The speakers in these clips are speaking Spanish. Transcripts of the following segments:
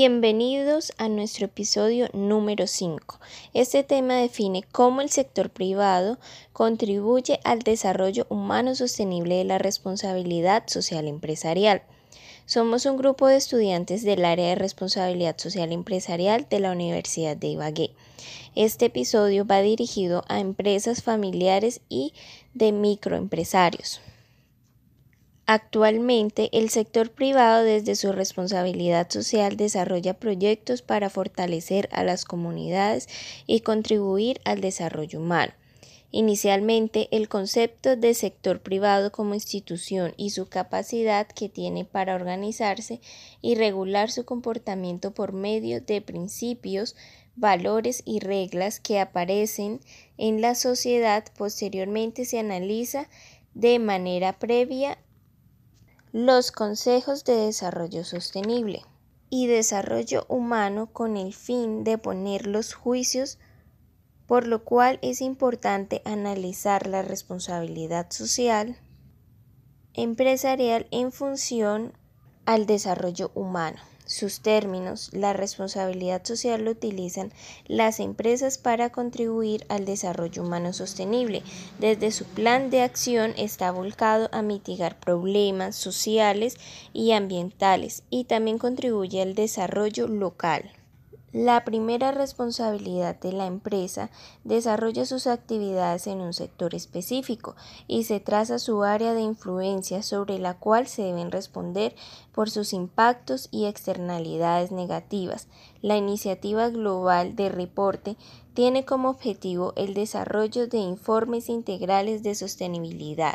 Bienvenidos a nuestro episodio número 5. Este tema define cómo el sector privado contribuye al desarrollo humano sostenible de la responsabilidad social empresarial. Somos un grupo de estudiantes del área de responsabilidad social empresarial de la Universidad de Ibagué. Este episodio va dirigido a empresas familiares y de microempresarios. Actualmente, el sector privado desde su responsabilidad social desarrolla proyectos para fortalecer a las comunidades y contribuir al desarrollo humano. Inicialmente, el concepto de sector privado como institución y su capacidad que tiene para organizarse y regular su comportamiento por medio de principios, valores y reglas que aparecen en la sociedad, posteriormente se analiza de manera previa los consejos de desarrollo sostenible y desarrollo humano con el fin de poner los juicios, por lo cual es importante analizar la responsabilidad social empresarial en función al desarrollo humano. Sus términos, la responsabilidad social lo utilizan las empresas para contribuir al desarrollo humano sostenible. Desde su plan de acción está volcado a mitigar problemas sociales y ambientales y también contribuye al desarrollo local. La primera responsabilidad de la empresa desarrolla sus actividades en un sector específico y se traza su área de influencia sobre la cual se deben responder por sus impactos y externalidades negativas. La iniciativa global de reporte tiene como objetivo el desarrollo de informes integrales de sostenibilidad.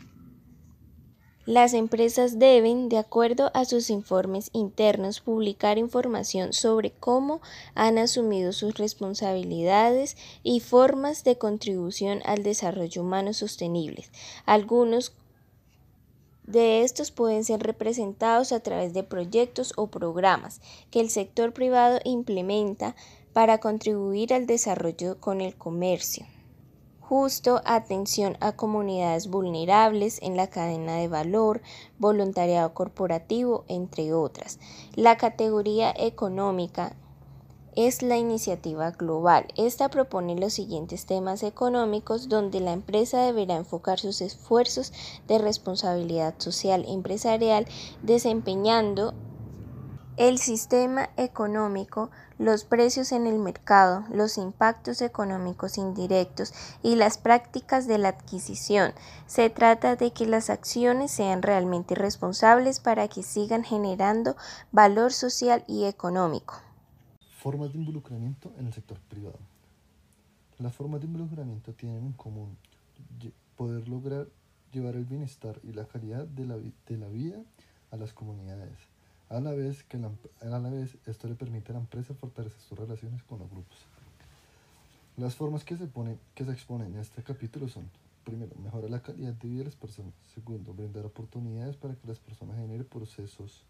Las empresas deben, de acuerdo a sus informes internos, publicar información sobre cómo han asumido sus responsabilidades y formas de contribución al desarrollo humano sostenibles. Algunos de estos pueden ser representados a través de proyectos o programas que el sector privado implementa para contribuir al desarrollo con el comercio justo, atención a comunidades vulnerables en la cadena de valor, voluntariado corporativo, entre otras. La categoría económica es la iniciativa global. Esta propone los siguientes temas económicos donde la empresa deberá enfocar sus esfuerzos de responsabilidad social empresarial desempeñando el sistema económico, los precios en el mercado, los impactos económicos indirectos y las prácticas de la adquisición. Se trata de que las acciones sean realmente responsables para que sigan generando valor social y económico. Formas de involucramiento en el sector privado. Las formas de involucramiento tienen en común poder lograr llevar el bienestar y la calidad de la vida a las comunidades. A la vez esto le permite a la empresa fortalecer sus relaciones con los grupos. Las formas que se exponen en este capítulo son: primero, mejorar la calidad de vida de las personas. Segundo, brindar oportunidades para que las personas generen procesos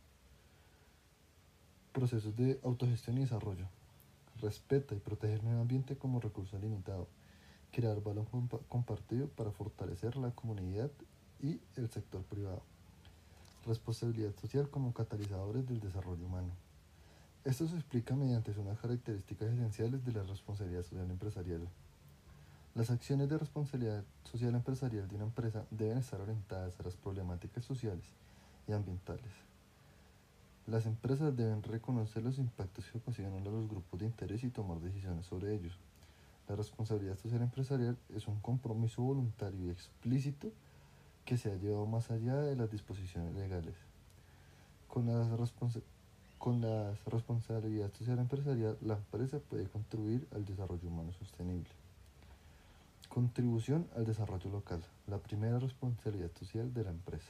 de autogestión y desarrollo. Respeta y protege el medio ambiente como recurso limitado. Crear valor compartido para fortalecer la comunidad y el sector privado. Responsabilidad social como catalizadores del desarrollo humano. Esto se explica mediante unas características esenciales de la responsabilidad social empresarial. Las acciones de responsabilidad social empresarial de una empresa deben estar orientadas a las problemáticas sociales y ambientales. Las empresas deben reconocer los impactos que ocasionan a los grupos de interés y tomar decisiones sobre ellos. La responsabilidad social empresarial es un compromiso voluntario y explícito que se ha llevado más allá de las disposiciones legales. Con la responsabilidad social empresarial, la empresa puede contribuir al desarrollo humano sostenible. Contribución al desarrollo local, la primera responsabilidad social de la empresa.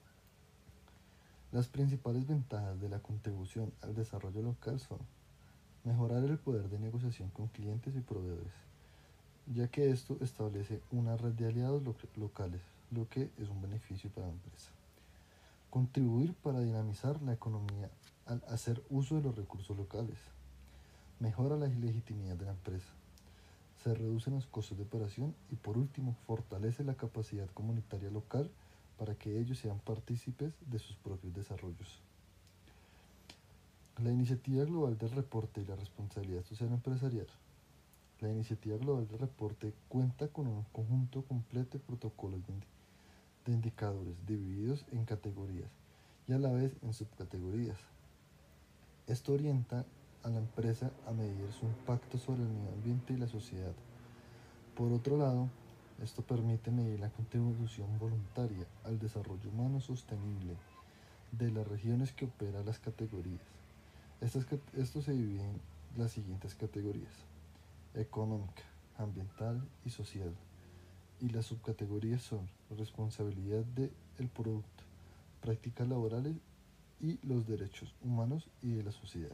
Las principales ventajas de la contribución al desarrollo local son: mejorar el poder de negociación con clientes y proveedores, ya que esto establece una red de aliados locales, lo que es un beneficio para la empresa. Contribuir para dinamizar la economía al hacer uso de los recursos locales. Mejora la legitimidad de la empresa. Se reducen los costos de operación y, por último, fortalece la capacidad comunitaria local para que ellos sean partícipes de sus propios desarrollos. La Iniciativa Global del Reporte y la Responsabilidad Social Empresarial. La Iniciativa Global del Reporte cuenta con un conjunto completo de protocolos de indicadores divididos en categorías y a la vez en subcategorías. Esto orienta a la empresa a medir su impacto sobre el medio ambiente y la sociedad. Por otro lado, esto permite medir la contribución voluntaria al desarrollo humano sostenible de las regiones que opera las categorías. Esto se divide en las siguientes categorías: económica, ambiental y social. Y las subcategorías son responsabilidad del producto, prácticas laborales y los derechos humanos y de la sociedad.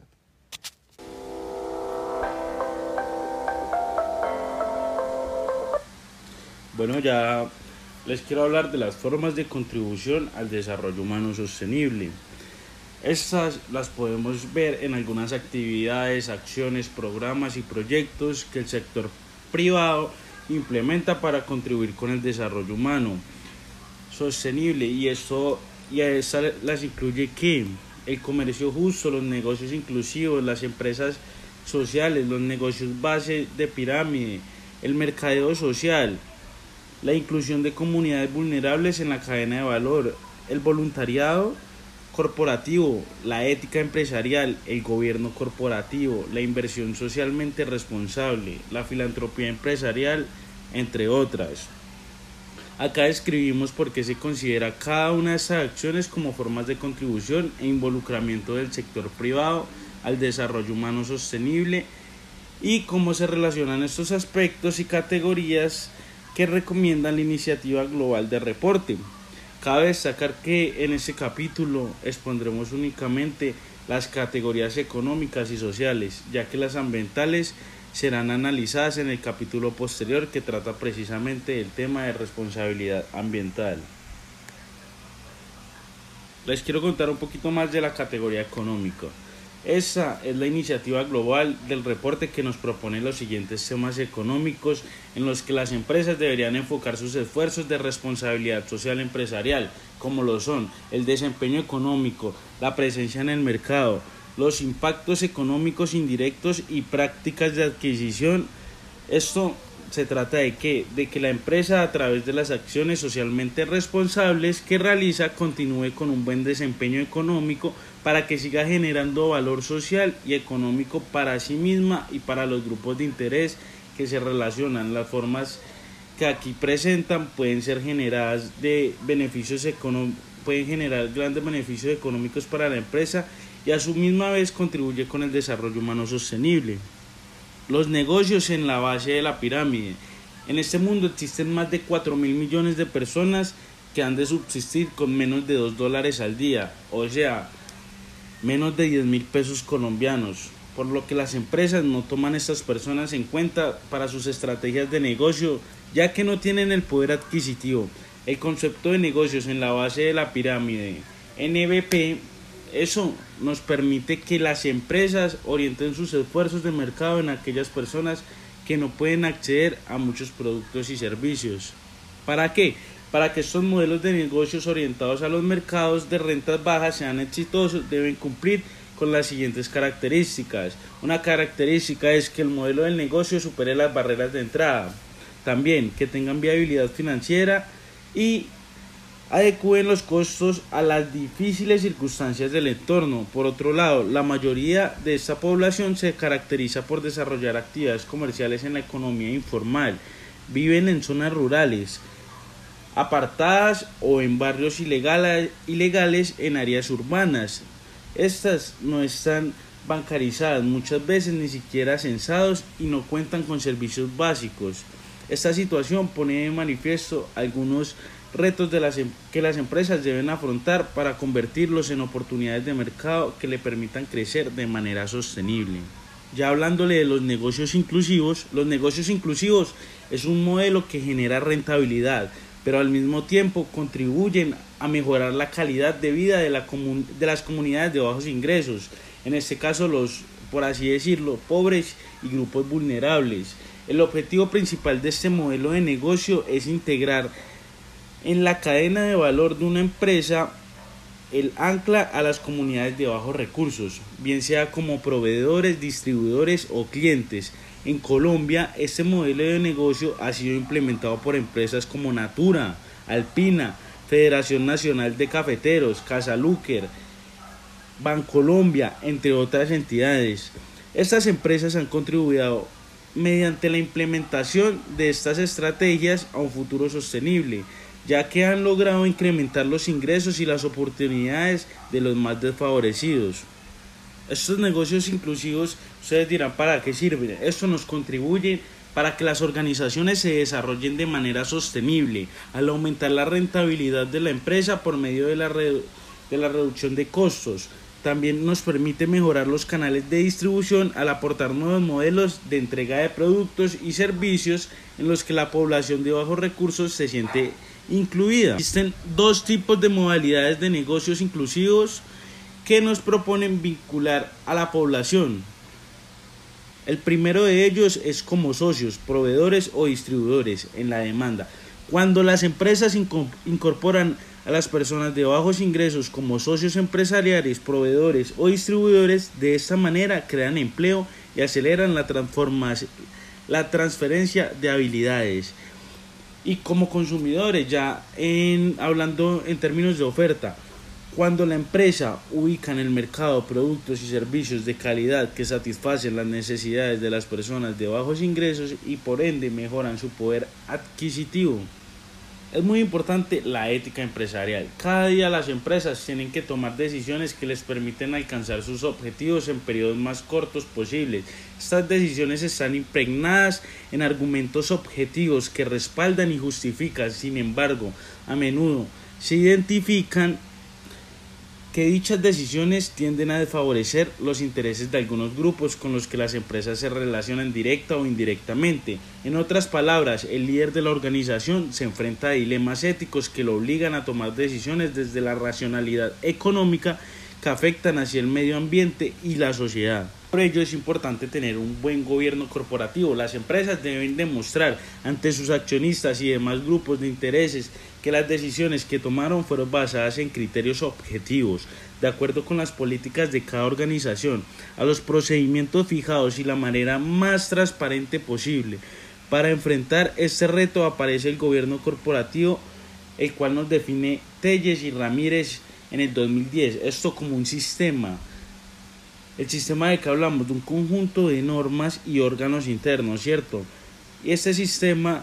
Bueno, ya les quiero hablar de las formas de contribución al desarrollo humano sostenible. Estas las podemos ver en algunas actividades, acciones, programas y proyectos que el sector privado implementa para contribuir con el desarrollo humano sostenible, y a estas las incluye que el comercio justo, los negocios inclusivos, las empresas sociales, los negocios base de pirámide, el mercadeo social, la inclusión de comunidades vulnerables en la cadena de valor, el voluntariado corporativo, la ética empresarial, el gobierno corporativo, la inversión socialmente responsable, la filantropía empresarial, entre otras. Acá describimos por qué se considera cada una de estas acciones como formas de contribución e involucramiento del sector privado al desarrollo humano sostenible y cómo se relacionan estos aspectos y categorías que recomienda la Iniciativa Global de Reporte. Cabe destacar que en este capítulo expondremos únicamente las categorías económicas y sociales, ya que las ambientales serán analizadas en el capítulo posterior que trata precisamente del tema de responsabilidad ambiental. Les quiero contar un poquito más de la categoría económica. Esa es la iniciativa global del reporte que nos propone los siguientes temas económicos en los que las empresas deberían enfocar sus esfuerzos de responsabilidad social empresarial, como lo son el desempeño económico, la presencia en el mercado, los impactos económicos indirectos y prácticas de adquisición. Esto se trata de que la empresa, a través de las acciones socialmente responsables que realiza, continúe con un buen desempeño económico para que siga generando valor social y económico para sí misma y para los grupos de interés que se relacionan. Las formas que aquí presentan pueden ser generadas de beneficios pueden generar grandes beneficios económicos para la empresa y a su misma vez contribuye con el desarrollo humano sostenible. Los negocios en la base de la pirámide. En este mundo existen más de 4.000 millones de personas que han de subsistir con menos de $2 al día, o sea, menos de 10.000 pesos colombianos, por lo que las empresas no toman a estas personas en cuenta para sus estrategias de negocio, ya que no tienen el poder adquisitivo. El concepto de negocios en la base de la pirámide, NBP, eso nos permite que las empresas orienten sus esfuerzos de mercado en aquellas personas que no pueden acceder a muchos productos y servicios. ¿Para qué? Para que estos modelos de negocios orientados a los mercados de rentas bajas sean exitosos, deben cumplir con las siguientes características. Una característica es que el modelo del negocio supere las barreras de entrada. También que tengan viabilidad financiera y adecúen los costos a las difíciles circunstancias del entorno. Por otro lado, la mayoría de esta población se caracteriza por desarrollar actividades comerciales en la economía informal. Viven en zonas rurales, apartadas o en barrios ilegales en áreas urbanas. Estas no están bancarizadas, muchas veces ni siquiera censados, y no cuentan con servicios básicos. Esta situación pone de manifiesto algunos retos que las empresas deben afrontar para convertirlos en oportunidades de mercado que le permitan crecer de manera sostenible. Ya hablándole de los negocios inclusivos es un modelo que genera rentabilidad, pero al mismo tiempo contribuyen a mejorar la calidad de vida de las comunidades de bajos ingresos, en este caso los, por así decirlo, pobres y grupos vulnerables. El objetivo principal de este modelo de negocio es integrar en la cadena de valor de una empresa el ancla a las comunidades de bajos recursos, bien sea como proveedores, distribuidores o clientes. En Colombia, este modelo de negocio ha sido implementado por empresas como Natura, Alpina, Federación Nacional de Cafeteros, Casalúquer, Bancolombia, entre otras entidades. Estas empresas han contribuido mediante la implementación de estas estrategias a un futuro sostenible, ya que han logrado incrementar los ingresos y las oportunidades de los más desfavorecidos. Estos negocios inclusivos, ustedes dirán, ¿para qué sirven? Esto nos contribuye para que las organizaciones se desarrollen de manera sostenible, al aumentar la rentabilidad de la empresa por medio de la reducción de costos. También nos permite mejorar los canales de distribución al aportar nuevos modelos de entrega de productos y servicios en los que la población de bajos recursos se siente incluida. Existen dos tipos de modalidades de negocios inclusivos que nos proponen vincular a la población. El primero de ellos es como socios, proveedores o distribuidores en la demanda. Cuando las empresas incorporan a las personas de bajos ingresos como socios empresariales, proveedores o distribuidores, de esta manera crean empleo y aceleran la transferencia de habilidades. Y como consumidores, hablando en términos de oferta, cuando la empresa ubica en el mercado productos y servicios de calidad que satisfacen las necesidades de las personas de bajos ingresos y por ende mejoran su poder adquisitivo. Es muy importante la ética empresarial. Cada día las empresas tienen que tomar decisiones que les permiten alcanzar sus objetivos en periodos más cortos posibles. Estas decisiones están impregnadas en argumentos objetivos que respaldan y justifican. Sin embargo, a menudo se identifican que dichas decisiones tienden a desfavorecer los intereses de algunos grupos con los que las empresas se relacionan directa o indirectamente. En otras palabras, el líder de la organización se enfrenta a dilemas éticos que lo obligan a tomar decisiones desde la racionalidad económica que afectan hacia el medio ambiente y la sociedad. Por ello es importante tener un buen gobierno corporativo. Las empresas deben demostrar ante sus accionistas y demás grupos de intereses que las decisiones que tomaron fueron basadas en criterios objetivos, de acuerdo con las políticas de cada organización, a los procedimientos fijados y la manera más transparente posible. Para enfrentar este reto aparece el gobierno corporativo, el cual nos define Telles y Ramírez en el 2010, esto como un sistema. El sistema de que hablamos, de un conjunto de normas y órganos internos, ¿cierto? Y este sistema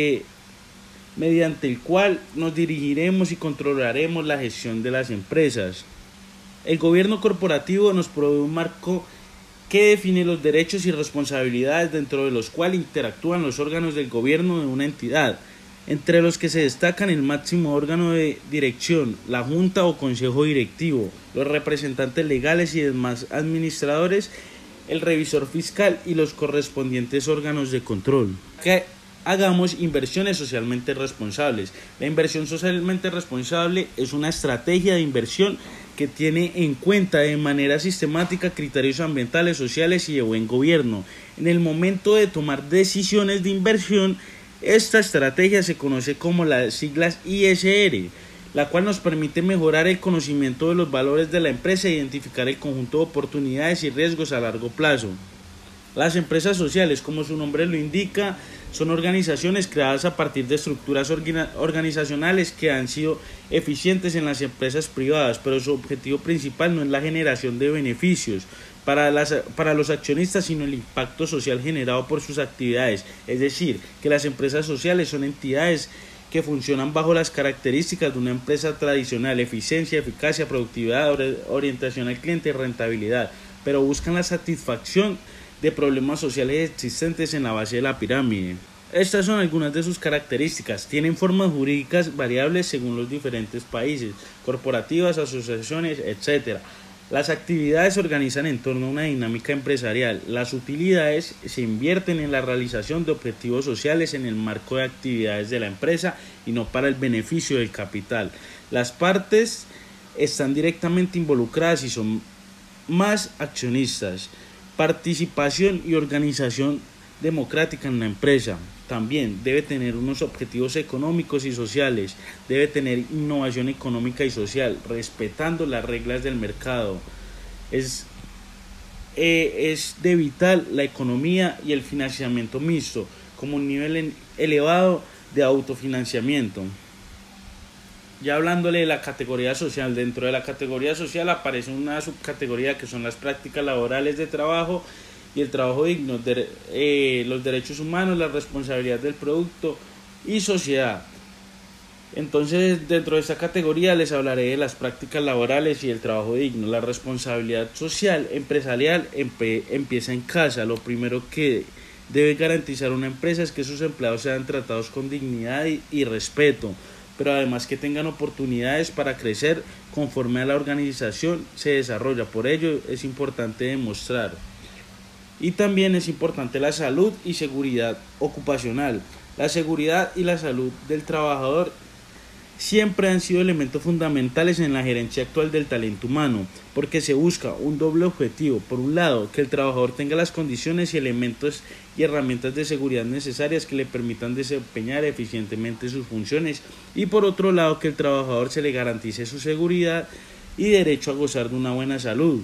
mediante el cual nos dirigiremos y controlaremos la gestión de las empresas. El gobierno corporativo nos provee un marco que define los derechos y responsabilidades dentro de los cuales interactúan los órganos del gobierno de una entidad, entre los que se destacan el máximo órgano de dirección, la junta o consejo directivo, los representantes legales y demás administradores, el revisor fiscal y los correspondientes órganos de control. Que hagamos inversiones socialmente responsables. La inversión socialmente responsable es una estrategia de inversión que tiene en cuenta de manera sistemática criterios ambientales, sociales y de buen gobierno. En el momento de tomar decisiones de inversión, esta estrategia se conoce como las siglas ISR, la cual nos permite mejorar el conocimiento de los valores de la empresa e identificar el conjunto de oportunidades y riesgos a largo plazo. Las empresas sociales, como su nombre lo indica, son organizaciones creadas a partir de estructuras organizacionales que han sido eficientes en las empresas privadas, pero su objetivo principal no es la generación de beneficios para los accionistas, sino el impacto social generado por sus actividades. Es decir, que las empresas sociales son entidades que funcionan bajo las características de una empresa tradicional: eficiencia, eficacia, productividad, orientación al cliente y rentabilidad, pero buscan la satisfacción de problemas sociales existentes en la base de la pirámide. Estas son algunas de sus características. Tienen formas jurídicas variables según los diferentes países, corporativas, asociaciones, etc. Las actividades se organizan en torno a una dinámica empresarial. Las utilidades se invierten en la realización de objetivos sociales en el marco de actividades de la empresa y no para el beneficio del capital. Las partes están directamente involucradas y son más accionistas. Participación y organización democrática en la empresa. También debe tener unos objetivos económicos y sociales, debe tener innovación económica y social, respetando las reglas del mercado. Es de vital la economía y el financiamiento mixto, como un nivel elevado de autofinanciamiento. Ya hablándole de la categoría social, dentro de la categoría social aparece una subcategoría que son las prácticas laborales de trabajo y el trabajo digno, los derechos humanos, la responsabilidad del producto y sociedad. Entonces, dentro de esta categoría les hablaré de las prácticas laborales y el trabajo digno. La responsabilidad social empresarial empieza en casa. Lo primero que debe garantizar una empresa es que sus empleados sean tratados con dignidad y respeto, pero además que tengan oportunidades para crecer conforme a la organización se desarrolla. Por ello es importante demostrar. Y también es importante la salud y seguridad ocupacional. La seguridad y la salud del trabajador siempre han sido elementos fundamentales en la gerencia actual del talento humano, porque se busca un doble objetivo. Por un lado, que el trabajador tenga las condiciones y elementos y herramientas de seguridad necesarias que le permitan desempeñar eficientemente sus funciones, y por otro lado, que el trabajador se le garantice su seguridad y derecho a gozar de una buena salud.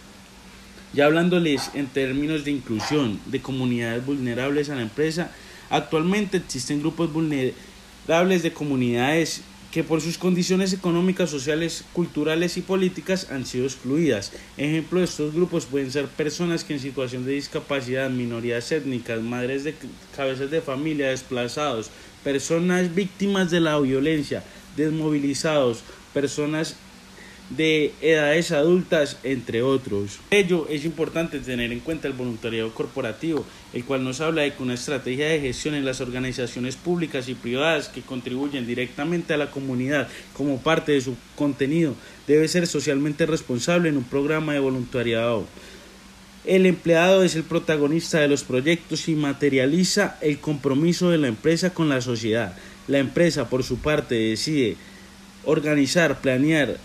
Ya hablándoles en términos de inclusión de comunidades vulnerables a la empresa, actualmente existen grupos vulnerables de comunidades que por sus condiciones económicas, sociales, culturales y políticas han sido excluidas. Ejemplo de estos grupos pueden ser personas que en situación de discapacidad, minorías étnicas, madres de cabezas de familia, desplazados, personas víctimas de la violencia, desmovilizados, personas de edades adultas, entre otros. Por ello es importante tener en cuenta el voluntariado corporativo, el cual nos habla de que una estrategia de gestión en las organizaciones públicas y privadas que contribuyen directamente a la comunidad como parte de su contenido debe ser socialmente responsable en un programa de voluntariado. El empleado es el protagonista de los proyectos y materializa el compromiso de la empresa con la sociedad. La empresa, por su parte, decide organizar, planear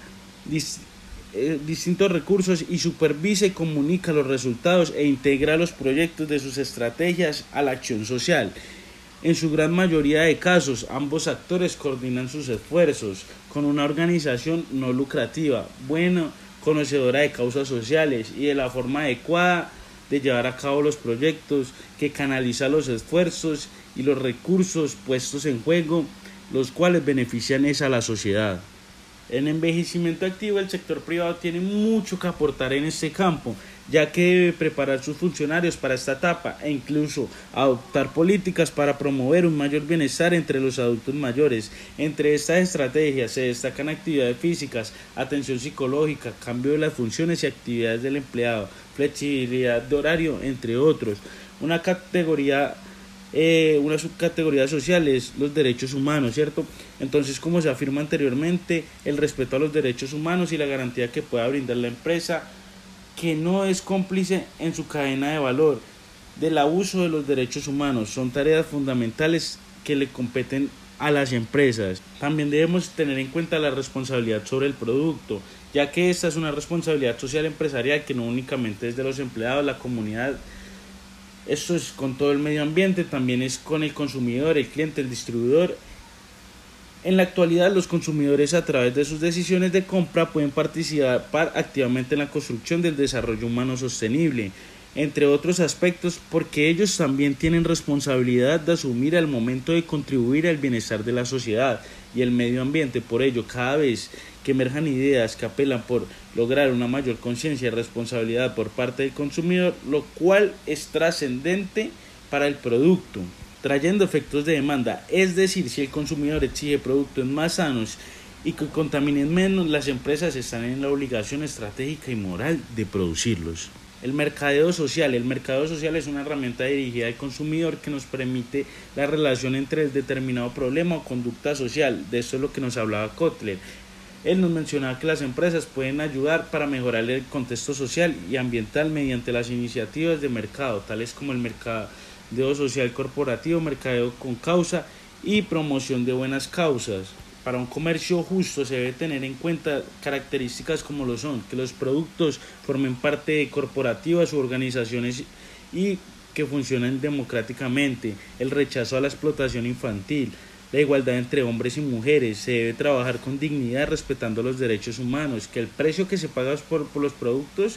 distintos recursos y supervisa y comunica los resultados e integra los proyectos de sus estrategias a la acción social. En su gran mayoría de casos, ambos actores coordinan sus esfuerzos con una organización no lucrativa, buena, conocedora de causas sociales y de la forma adecuada de llevar a cabo los proyectos, que canaliza los esfuerzos y los recursos puestos en juego, los cuales benefician a la sociedad. En envejecimiento activo, el sector privado tiene mucho que aportar en este campo, ya que debe preparar sus funcionarios para esta etapa e incluso adoptar políticas para promover un mayor bienestar entre los adultos mayores. Entre estas estrategias se destacan actividades físicas, atención psicológica, cambio de las funciones y actividades del empleado, flexibilidad de horario, entre otros. Una subcategoría social es los derechos humanos, ¿cierto? Entonces, como se afirma anteriormente, el respeto a los derechos humanos y la garantía que pueda brindar la empresa, que no es cómplice en su cadena de valor del abuso de los derechos humanos, son tareas fundamentales que le competen a las empresas. También debemos tener en cuenta la responsabilidad sobre el producto, ya que esta es una responsabilidad social empresarial que no únicamente es de los empleados, la comunidad. Esto es con todo el medio ambiente, también es con el consumidor, el cliente, el distribuidor. En la actualidad, los consumidores, a través de sus decisiones de compra, pueden participar activamente en la construcción del desarrollo humano sostenible, entre otros aspectos, porque ellos también tienen responsabilidad de asumir al momento de contribuir al bienestar de la sociedad y el medio ambiente. Por ello, cada vez que emerjan ideas que apelan por lograr una mayor conciencia y responsabilidad por parte del consumidor, lo cual es trascendente para el producto, trayendo efectos de demanda. Es decir, si el consumidor exige productos más sanos y que contaminen menos, las empresas están en la obligación estratégica y moral de producirlos. El mercadeo social. El mercadeo social es una herramienta dirigida al consumidor que nos permite la relación entre el determinado problema o conducta social. De eso es lo que nos hablaba Kotler. Él nos mencionaba que las empresas pueden ayudar para mejorar el contexto social y ambiental mediante las iniciativas de mercado, tales como el mercadeo social corporativo, mercadeo con causa y promoción de buenas causas. Para un comercio justo se debe tener en cuenta características como lo son, que los productos formen parte de corporativas u organizaciones y que funcionan democráticamente, el rechazo a la explotación infantil, la igualdad entre hombres y mujeres, se debe trabajar con dignidad respetando los derechos humanos, que el precio que se paga por los productos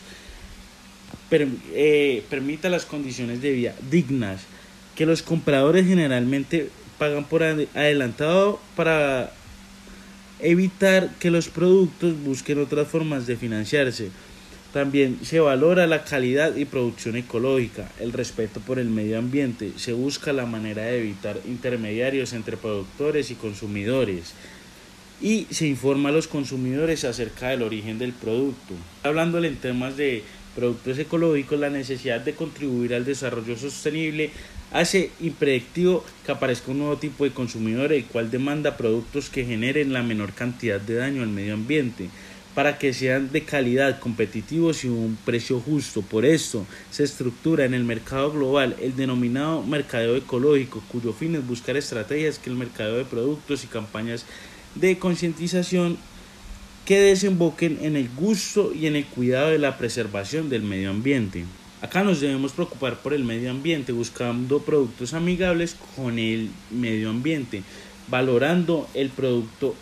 permita las condiciones de vida dignas, que los compradores generalmente pagan por adelantado para evitar que los productos busquen otras formas de financiarse. También se valora la calidad y producción ecológica, el respeto por el medio ambiente, se busca la manera de evitar intermediarios entre productores y consumidores y se informa a los consumidores acerca del origen del producto. Hablándole en temas de productos ecológicos, la necesidad de contribuir al desarrollo sostenible hace impredictivo que aparezca un nuevo tipo de consumidor, el cual demanda productos que generen la menor cantidad de daño al medio ambiente, para que sean de calidad, competitivos y un precio justo. Por esto se estructura en el mercado global el denominado mercadeo ecológico, cuyo fin es buscar estrategias que el mercadeo de productos y campañas de concientización que desemboquen en el gusto y en el cuidado de la preservación del medio ambiente. Acá nos debemos preocupar por el medio ambiente, buscando productos amigables con el medio ambiente, valorando el producto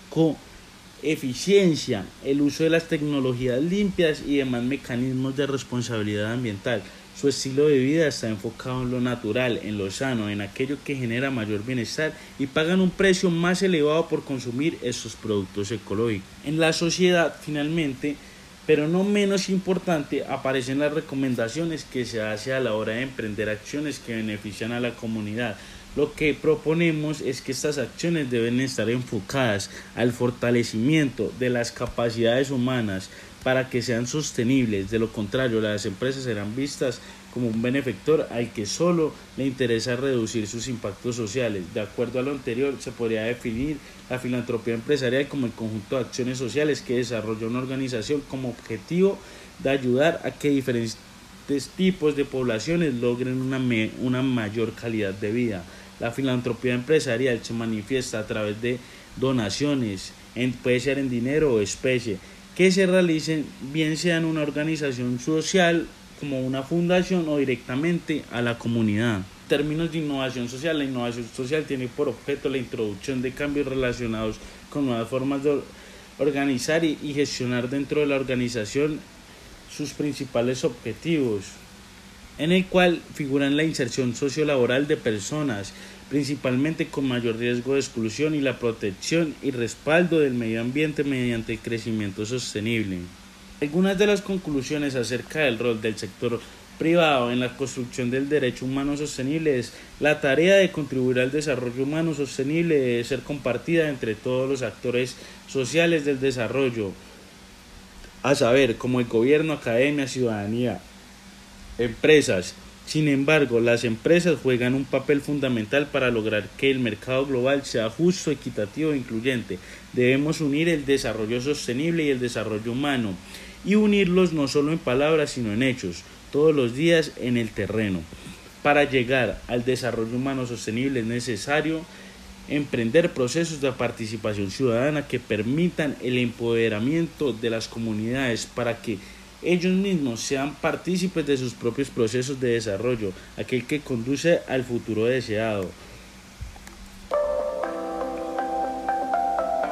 eficiencia, el uso de las tecnologías limpias y demás mecanismos de responsabilidad ambiental. Su estilo de vida está enfocado en lo natural, en lo sano, en aquello que genera mayor bienestar y pagan un precio más elevado por consumir estos productos ecológicos. En la sociedad, finalmente, pero no menos importante, aparecen las recomendaciones que se hace a la hora de emprender acciones que benefician a la comunidad. Lo que proponemos es que estas acciones deben estar enfocadas al fortalecimiento de las capacidades humanas para que sean sostenibles. De lo contrario, las empresas serán vistas como un benefactor al que solo le interesa reducir sus impactos sociales. De acuerdo a lo anterior, se podría definir la filantropía empresarial como el conjunto de acciones sociales que desarrolla una organización como objetivo de ayudar a que diferentes tipos de poblaciones logren una mayor calidad de vida. La filantropía empresarial se manifiesta a través de donaciones, puede ser en dinero o especie, que se realicen bien sea en una organización social como una fundación o directamente a la comunidad. En términos de innovación social, la innovación social tiene por objeto la introducción de cambios relacionados con nuevas formas de organizar y gestionar dentro de la organización sus principales objetivos, en el cual figuran la inserción sociolaboral de personas, principalmente con mayor riesgo de exclusión, y la protección y respaldo del medio ambiente mediante el crecimiento sostenible. Algunas de las conclusiones acerca del rol del sector privado en la construcción del derecho humano sostenible es: la tarea de contribuir al desarrollo humano sostenible debe ser compartida entre todos los actores sociales del desarrollo, a saber, como el gobierno, academia, ciudadanía, empresas. Sin embargo, las empresas juegan un papel fundamental para lograr que el mercado global sea justo, equitativo e incluyente. Debemos unir el desarrollo sostenible y el desarrollo humano, y unirlos no solo en palabras sino en hechos, todos los días en el terreno. Para llegar al desarrollo humano sostenible es necesario emprender procesos de participación ciudadana que permitan el empoderamiento de las comunidades para que ellos mismos sean partícipes de sus propios procesos de desarrollo, aquel que conduce al futuro deseado.